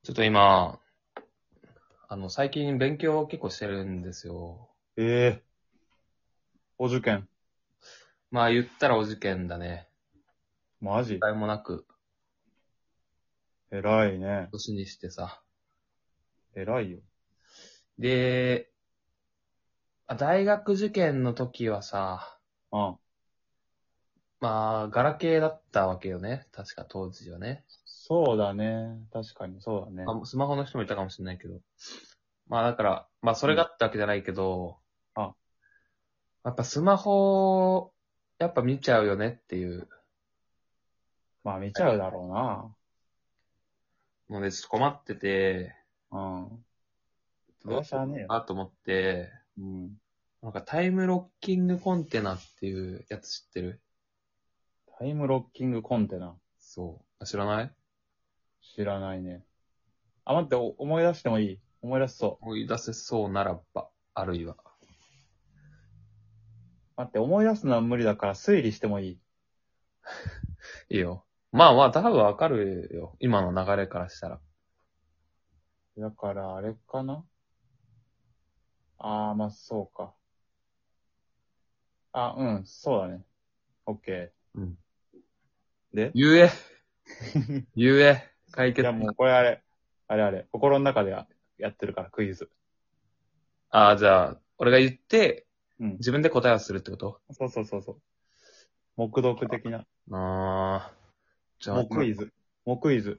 ちょっと今、最近勉強を結構してるんですよ。 ええお受験。 まあ言ったらお受験だね。 マジ答えもなく、 偉いね。 年にしてさ。 偉いよ。 で、大学受験の時はさ、 うん。 まあ、ガラケーだったわけよね。確か当時はね。 そうだね。確かにそうだね。 スマホの人もいたかもしれないけど。まあだから、まあそうん。 れがあったわけじゃないけど、 あ、 やっぱスマホ、やっぱ見ちゃうよねっていうまあ見ちゃうだろのでちょっと困ってて、 うな。うん。それどうしようはしゃあねえよ。 かなと思って、 うん。 なんかタイムロッキングコンテナっていうやつ知ってる？ タイムロッキングコンテナ。 そう。知らない？ 知らないね。あ、待って、思い出してもいい？思い出しそう。 思い出せそうならば、あるいは。 待って、思い出すのは無理だから推理してもいい？ いいよ。まあまあ、多分わかるよ。今の流れからしたら。 だから、あれかな。まあそうか。うん、そうだね。オッケうん。 ー。で言え、言え、解決。 いやもうこれあれ、心の中でやってるから、クイズ。 ああ、じゃあ、俺が言って、 うん。 自分で答えをするってこと？ そうそうそうそう。黙読的な。 ああ、じゃあ、 もクイズ。もクイズ。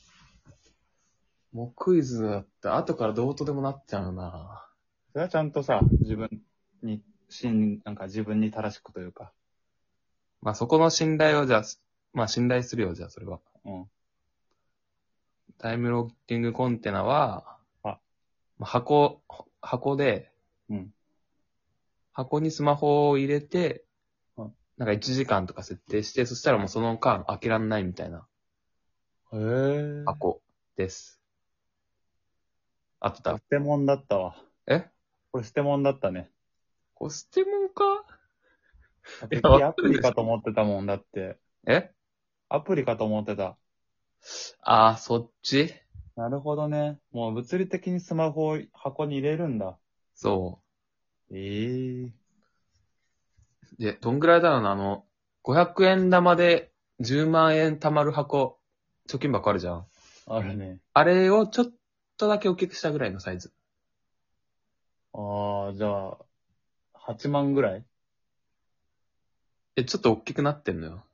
もうクイズだったら後からどうとでもなっちゃうな。 それはちゃんとさ、自分に、なんか自分に正しくというか。 まあそこの信頼をじゃあ、まあ信頼するよ、じゃあそれは。 うん。 タイムロッキングコンテナは、 あ、 まあ箱で、 うん。 箱にスマホを入れて、 うん。 なんか1時間とか設定して、そしたらもうその間開けらんないみたいなへえ。 箱です。あった。 これ捨て物だったわ。 えこれ捨て物だったね。 これ捨て物か？いや、 てっきりアわかるでしプリかと思ってたもんだって。 ょ。 アプリかと思ってた。 ああー、そっち？ なるほどね。もう物理的にスマホを箱に入れるんだ。 そええう。で、どんぐらいだろうな、500円玉で10万円貯まる箱、貯金箱あるじゃん。 あるね。 あれをちょっとだけ大きくしたぐらいのサイズ。 じゃあ、8万ぐらい？ ちょっと大きくなってんのよ。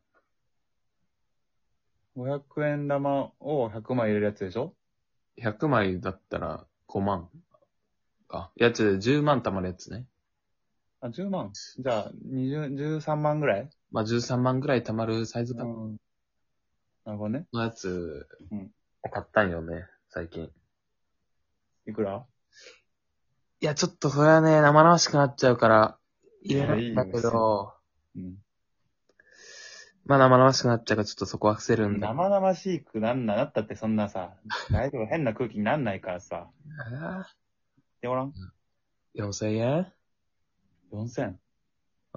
500円玉を100枚入れるやつでしょ？ 100枚だったら5万か。10万貯まるやつね。 10万。じゃあ、13万ぐらい？ まあ、13万ぐらい貯まるサイズ感うん。なるほどね。 のやつうん。 を買ったんよね、最近。 いくら？ いや、ちょっとそれはね、生々しくなっちゃうから、言えないんいいよ、 だけど、 うん。 まあ生々しくなっちゃうからちょっとそこは伏せるんだけ生々しくなったってそんなさ、大丈夫、変な空気になんないからさ。 ど。 でおらん？ 4000円？ 4000。 うん。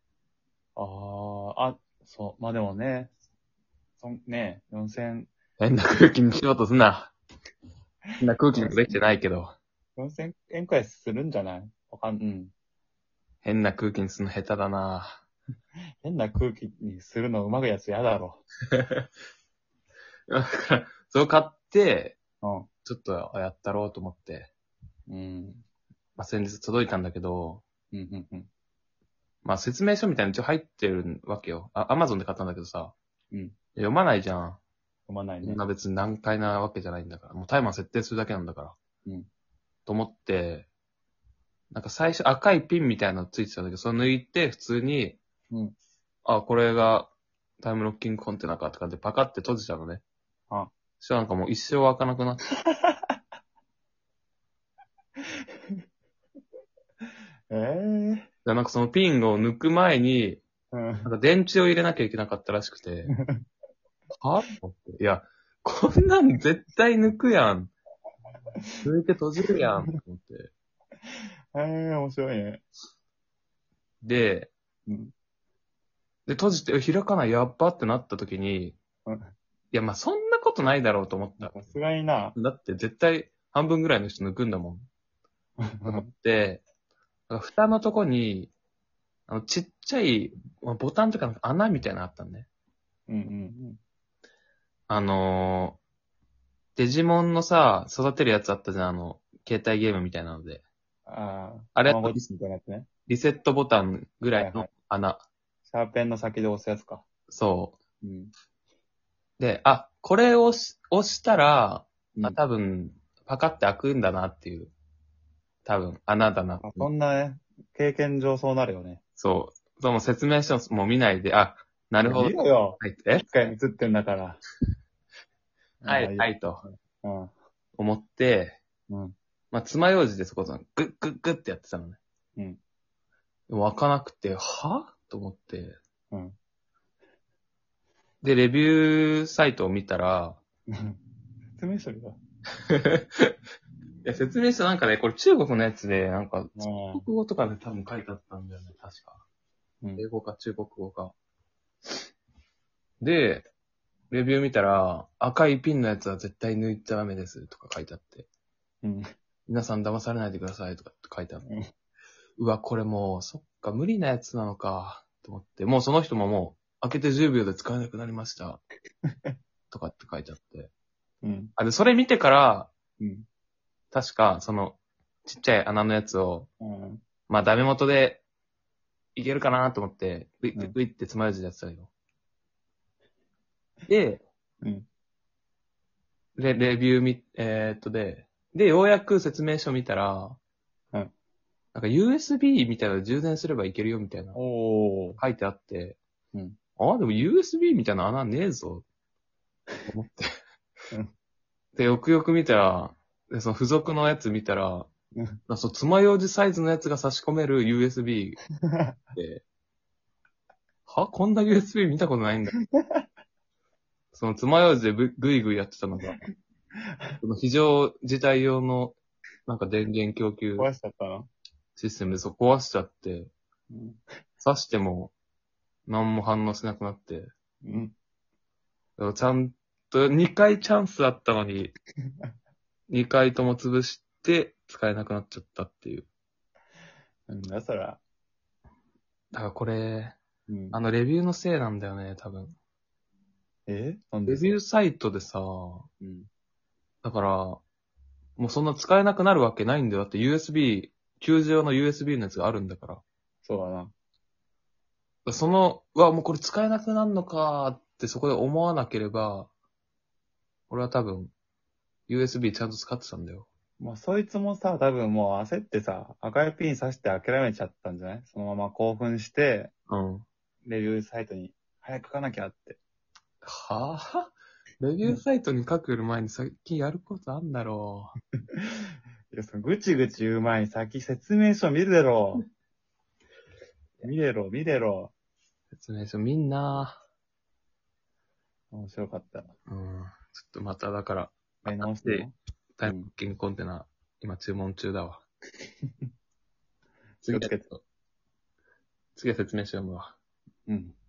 そう。まあでもね、4000、 変な空気にしようとすな。変な空気にもできてないけど、 4000円くらいするんじゃない？うん。 変な空気にするの下手だな。 変な空気にするのうまくやつやだろ。 だから、そう買って、 うちょっとやったろうと思って、 ん。うん。 まあ先日届いたんだけど、 うん、うん、うん。 まあ説明書みたいなの一応入ってるわけよ。アマゾンで買ったんだけどさ、 うん。 読まないじゃん。 飲まないね。 そんな別に難解なわけじゃないんだから。もうタイマー設定するだけなんだから。 うん。 と思って、なんか最初赤いピンみたいなのついてたんだけど、それ抜いて普通に、 うん。 あ、これがタイムロッキングコンテナかって感じでパカって閉じたのね。 あ、 そしたらなんかもう一生開かなくなって。 ええなんかそのピンを抜く前に、 うん。 なんか電池を入れなきゃいけなかったらしくて、はと思って。いや、こんなん絶対抜くやん。抜いて閉じるやん。と思って。 面白いね。 で、 うん。 閉じて、開かない、やっばってなった時に、 うん。 や、まあ、そんなことないだろうと思った。 さすがにな。 だって絶対半分ぐらいの人抜くんだもん。で、蓋のとこに、ちっちゃいボタンとかの穴みたいなのあったんね。 うんうんあのデジモンのさ、育てるやつあったじゃん、携帯ゲームみたいなので。 ああ、 あれたまごっちみたいなやつね。 リセットボタンぐらいのはいはい穴。 シャーペンの先で押すやつか。 そうん。 う。で、これを押したら、 うん多分、パカって開くんだなっていう。多分、穴だな。 そんなね、経験上そうなるよね。 そう。そうも説明書も見ないで、なるほど。 見ろよ。 はい、 一回映ってんだから。 はい、はい、 い。 とうん。 思って、 うん。 まあ、爪楊枝でそこそグッグッグッってやってたのね。 うん。 でも開かなくて、はと思って。 うん。 で、レビューサイトを見たら、 説明書が。 いや、説明書なんかね、これ中国のやつで、なんか、中あ国語とかで多分書いてあったんだよね、確か。 うん。 英語か中国語か。で、レビュー見たら、赤いピンのやつは絶対抜いちゃダメですとか書いてあって、 うん。 皆さん騙されないでくださいとかって書いてある。 うんうわ、これもう、そっか、無理なやつなのか、と思って、もうその人ももう、開けて10秒で使えなくなりました。とかって書いてあって。 うん。 で、それ見てから、 うん。 確か、ちっちゃい穴のやつを、 うん。 まあ、ダメ元で、いけるかなと思って、ウィッうんウィッってつまようじでやってたよ。で、 うん。 レビューで、ようやく説明書見たら、 うんなんか USB みたいなの充電すればいけるよみたいなおー。 書いてあって、 うん。 でも USB みたいな穴ねえぞ、と思って。 うんで、よくよく見たら、でその付属のやつ見たら、 うん爪楊枝サイズのやつが差し込める USB で、こんな USB 見たことないんだ。その爪楊枝でぐいぐいやってたのが、その非常事態用の、なんか電源供給壊しちゃったのシステムで壊しちゃって、 うん。 刺しても何も反応しなくなって、 うん。 だからちゃんと2回チャンスあったのに、2回とも潰して使えなくなっちゃったっていう。 なんだそら。 だからこれ、 うん。 レビューのせいなんだよね、多分。 なんでレビューサイトでさ、 うん。 だから、もうそんな使えなくなるわけないんだよ。だって USB、球場の USB のやつがあるんだから。 そうだな。 もうこれ使えなくなるのかってそこで思わなければ、俺は多分、USB ちゃんと使ってたんだよ。 まあ、そいつもさ、多分もう焦ってさ、赤いピン刺して諦めちゃったんじゃないそのまま興奮して、 うん。 レビューサイトに早く書かなきゃって。 はぁ、レビューサイトに書くより前に最近やることあんだろいや、そのぐちぐち言う前に先説明書見るだろ。見れろ。 う。説明書みんな。 面白かった。 ちょっとまただから、 やり直してよ。 タイムキングコンテナ、今注文中だわ。 気をつけて。 次は説明書読むわ。 うん。